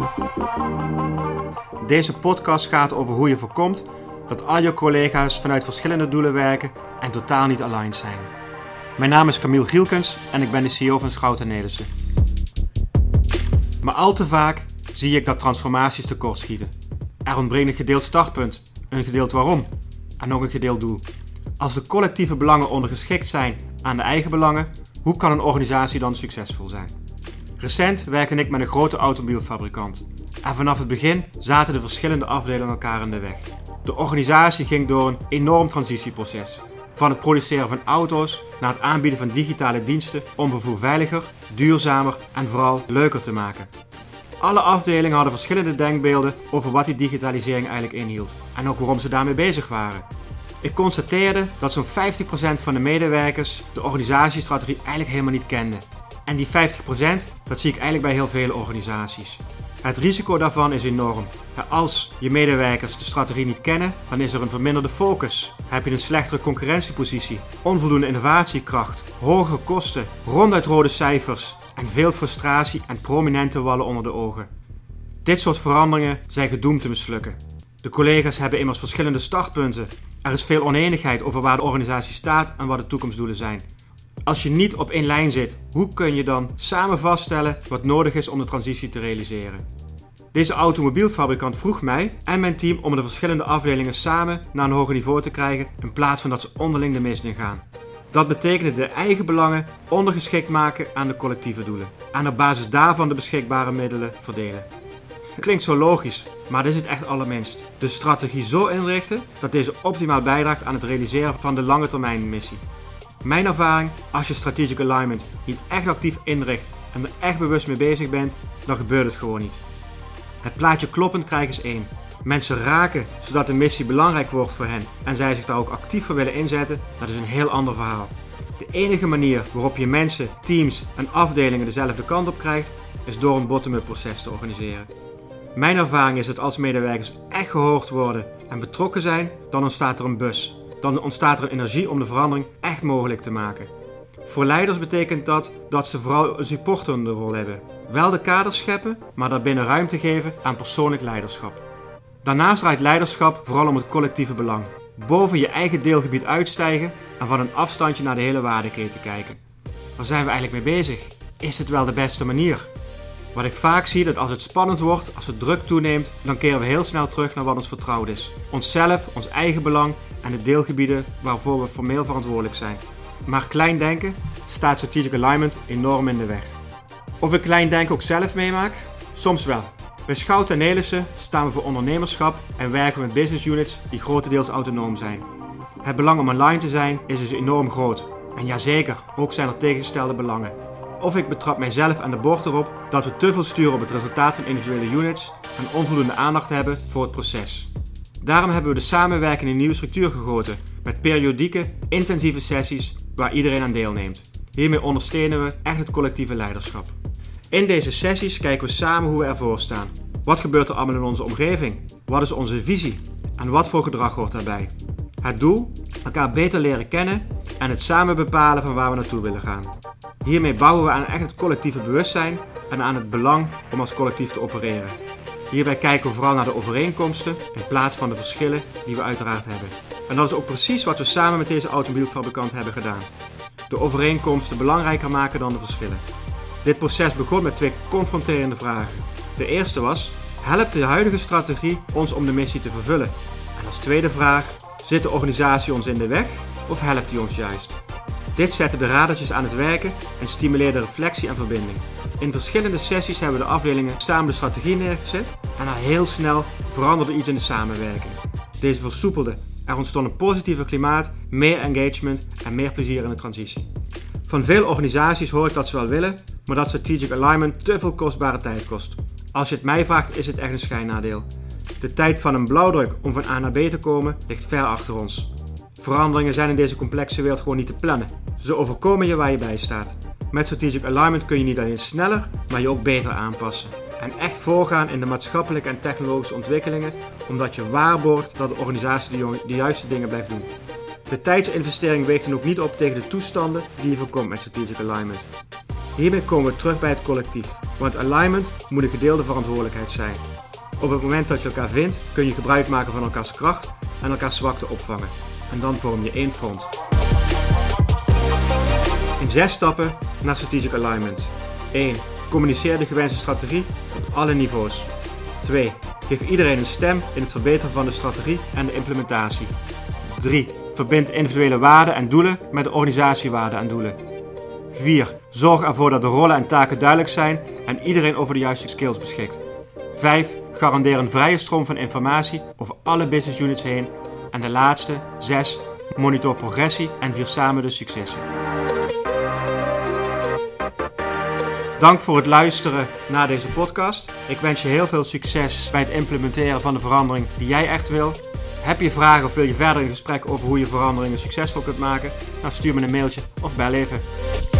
Deze podcast gaat over hoe je voorkomt dat al je collega's vanuit verschillende doelen werken en totaal niet aligned zijn. Mijn naam is Camille Gielkens en ik ben de CEO van Schouten Nelissen. Maar al te vaak zie ik dat transformaties tekortschieten. Er ontbreekt een gedeeld startpunt, een gedeeld waarom en nog een gedeeld doel. Als de collectieve belangen ondergeschikt zijn aan de eigen belangen, hoe kan een organisatie dan succesvol zijn? Recent werkte ik met een grote automobielfabrikant. En vanaf het begin zaten de verschillende afdelingen elkaar in de weg. De organisatie ging door een enorm transitieproces. Van het produceren van auto's naar het aanbieden van digitale diensten om vervoer veiliger, duurzamer en vooral leuker te maken. Alle afdelingen hadden verschillende denkbeelden over wat die digitalisering eigenlijk inhield en ook waarom ze daarmee bezig waren. Ik constateerde dat zo'n 50% van de medewerkers de organisatiestrategie eigenlijk helemaal niet kenden. En die 50%, dat zie ik eigenlijk bij heel veel organisaties. Het risico daarvan is enorm. Als je medewerkers de strategie niet kennen, dan is er een verminderde focus. Heb je een slechtere concurrentiepositie, onvoldoende innovatiekracht, hogere kosten, ronduit rode cijfers en veel frustratie en prominente wallen onder de ogen. Dit soort veranderingen zijn gedoemd te mislukken. De collega's hebben immers verschillende startpunten. Er is veel oneenigheid over waar de organisatie staat en wat de toekomstdoelen zijn. Als je niet op één lijn zit, hoe kun je dan samen vaststellen wat nodig is om de transitie te realiseren? Deze automobielfabrikant vroeg mij en mijn team om de verschillende afdelingen samen naar een hoger niveau te krijgen in plaats van dat ze onderling de mist ingaan. Dat betekende de eigen belangen ondergeschikt maken aan de collectieve doelen en op basis daarvan de beschikbare middelen verdelen. Klinkt zo logisch, maar dit is het echt allerminst. De strategie zo inrichten dat deze optimaal bijdraagt aan het realiseren van de lange termijn missie. Mijn ervaring, als je strategic alignment niet echt actief inricht en er echt bewust mee bezig bent, dan gebeurt het gewoon niet. Het plaatje kloppend krijgen is één. Mensen raken zodat de missie belangrijk wordt voor hen en zij zich daar ook actief voor willen inzetten, dat is een heel ander verhaal. De enige manier waarop je mensen, teams en afdelingen dezelfde kant op krijgt, is door een bottom-up proces te organiseren. Mijn ervaring is dat als medewerkers echt gehoord worden en betrokken zijn, dan ontstaat er een bus. Dan ontstaat er een energie om de verandering echt mogelijk te maken. Voor leiders betekent dat ze vooral een supporterende rol hebben. Wel de kaders scheppen, maar daarbinnen ruimte geven aan persoonlijk leiderschap. Daarnaast draait leiderschap vooral om het collectieve belang. Boven je eigen deelgebied uitstijgen en van een afstandje naar de hele waardeketen kijken. Waar zijn we eigenlijk mee bezig? Is dit wel de beste manier? Wat ik vaak zie, dat als het spannend wordt, als de druk toeneemt, dan keren we heel snel terug naar wat ons vertrouwd is. Onszelf, ons eigen belang en de deelgebieden waarvoor we formeel verantwoordelijk zijn. Maar klein denken staat strategic alignment enorm in de weg. Of ik klein denken ook zelf meemaak? Soms wel. Bij Schouten Nelissen staan we voor ondernemerschap en werken we met business units die grotendeels autonoom zijn. Het belang om aligned te zijn is dus enorm groot. En jazeker, ook zijn er tegengestelde belangen. Of ik betrap mijzelf aan de boord erop dat we te veel sturen op het resultaat van individuele units en onvoldoende aandacht hebben voor het proces. Daarom hebben we de samenwerking in een nieuwe structuur gegoten met periodieke, intensieve sessies waar iedereen aan deelneemt. Hiermee ondersteunen we echt het collectieve leiderschap. In deze sessies kijken we samen hoe we ervoor staan. Wat gebeurt er allemaal in onze omgeving? Wat is onze visie? En wat voor gedrag hoort daarbij? Het doel? Elkaar beter leren kennen en het samen bepalen van waar we naartoe willen gaan. Hiermee bouwen we aan echt het collectieve bewustzijn en aan het belang om als collectief te opereren. Hierbij kijken we vooral naar de overeenkomsten in plaats van de verschillen die we uiteraard hebben. En dat is ook precies wat we samen met deze automobielfabrikant hebben gedaan. De overeenkomsten belangrijker maken dan de verschillen. Dit proces begon met twee confronterende vragen. De eerste was, helpt de huidige strategie ons om de missie te vervullen? En als tweede vraag, zit de organisatie ons in de weg of helpt die ons juist? Dit zette de radertjes aan het werken en stimuleerde reflectie en verbinding. In verschillende sessies hebben we de afdelingen samen de strategie neergezet en al heel snel veranderde iets in de samenwerking. Deze versoepelde, er ontstond een positiever klimaat, meer engagement en meer plezier in de transitie. Van veel organisaties hoor ik dat ze wel willen, maar dat strategic alignment te veel kostbare tijd kost. Als je het mij vraagt is het echt een schijnnadeel. De tijd van een blauwdruk om van A naar B te komen ligt ver achter ons. Veranderingen zijn in deze complexe wereld gewoon niet te plannen. Ze overkomen je waar je bij staat. Met strategic alignment kun je niet alleen sneller, maar je ook beter aanpassen. En echt voorgaan in de maatschappelijke en technologische ontwikkelingen, omdat je waarborgt dat de organisatie de juiste dingen blijft doen. De tijdsinvestering weegt dan ook niet op tegen de toestanden die je voorkomt met strategic alignment. Hiermee komen we terug bij het collectief, want alignment moet een gedeelde verantwoordelijkheid zijn. Op het moment dat je elkaar vindt, kun je gebruik maken van elkaars kracht en elkaars zwakte opvangen. En dan vorm je één front. In 6 stappen naar strategic alignment. 1. Communiceer de gewenste strategie op alle niveaus. 2. Geef iedereen een stem in het verbeteren van de strategie en de implementatie. 3. Verbind individuele waarden en doelen met de organisatiewaarden en doelen. 4. Zorg ervoor dat de rollen en taken duidelijk zijn en iedereen over de juiste skills beschikt. 5. Garandeer een vrije stroom van informatie over alle business units heen. En de laatste, 6. Monitor progressie en vier samen de successen. Dank voor het luisteren naar deze podcast. Ik wens je heel veel succes bij het implementeren van de verandering die jij echt wil. Heb je vragen of wil je verder in gesprek over hoe je veranderingen succesvol kunt maken? Dan stuur me een mailtje of bel even.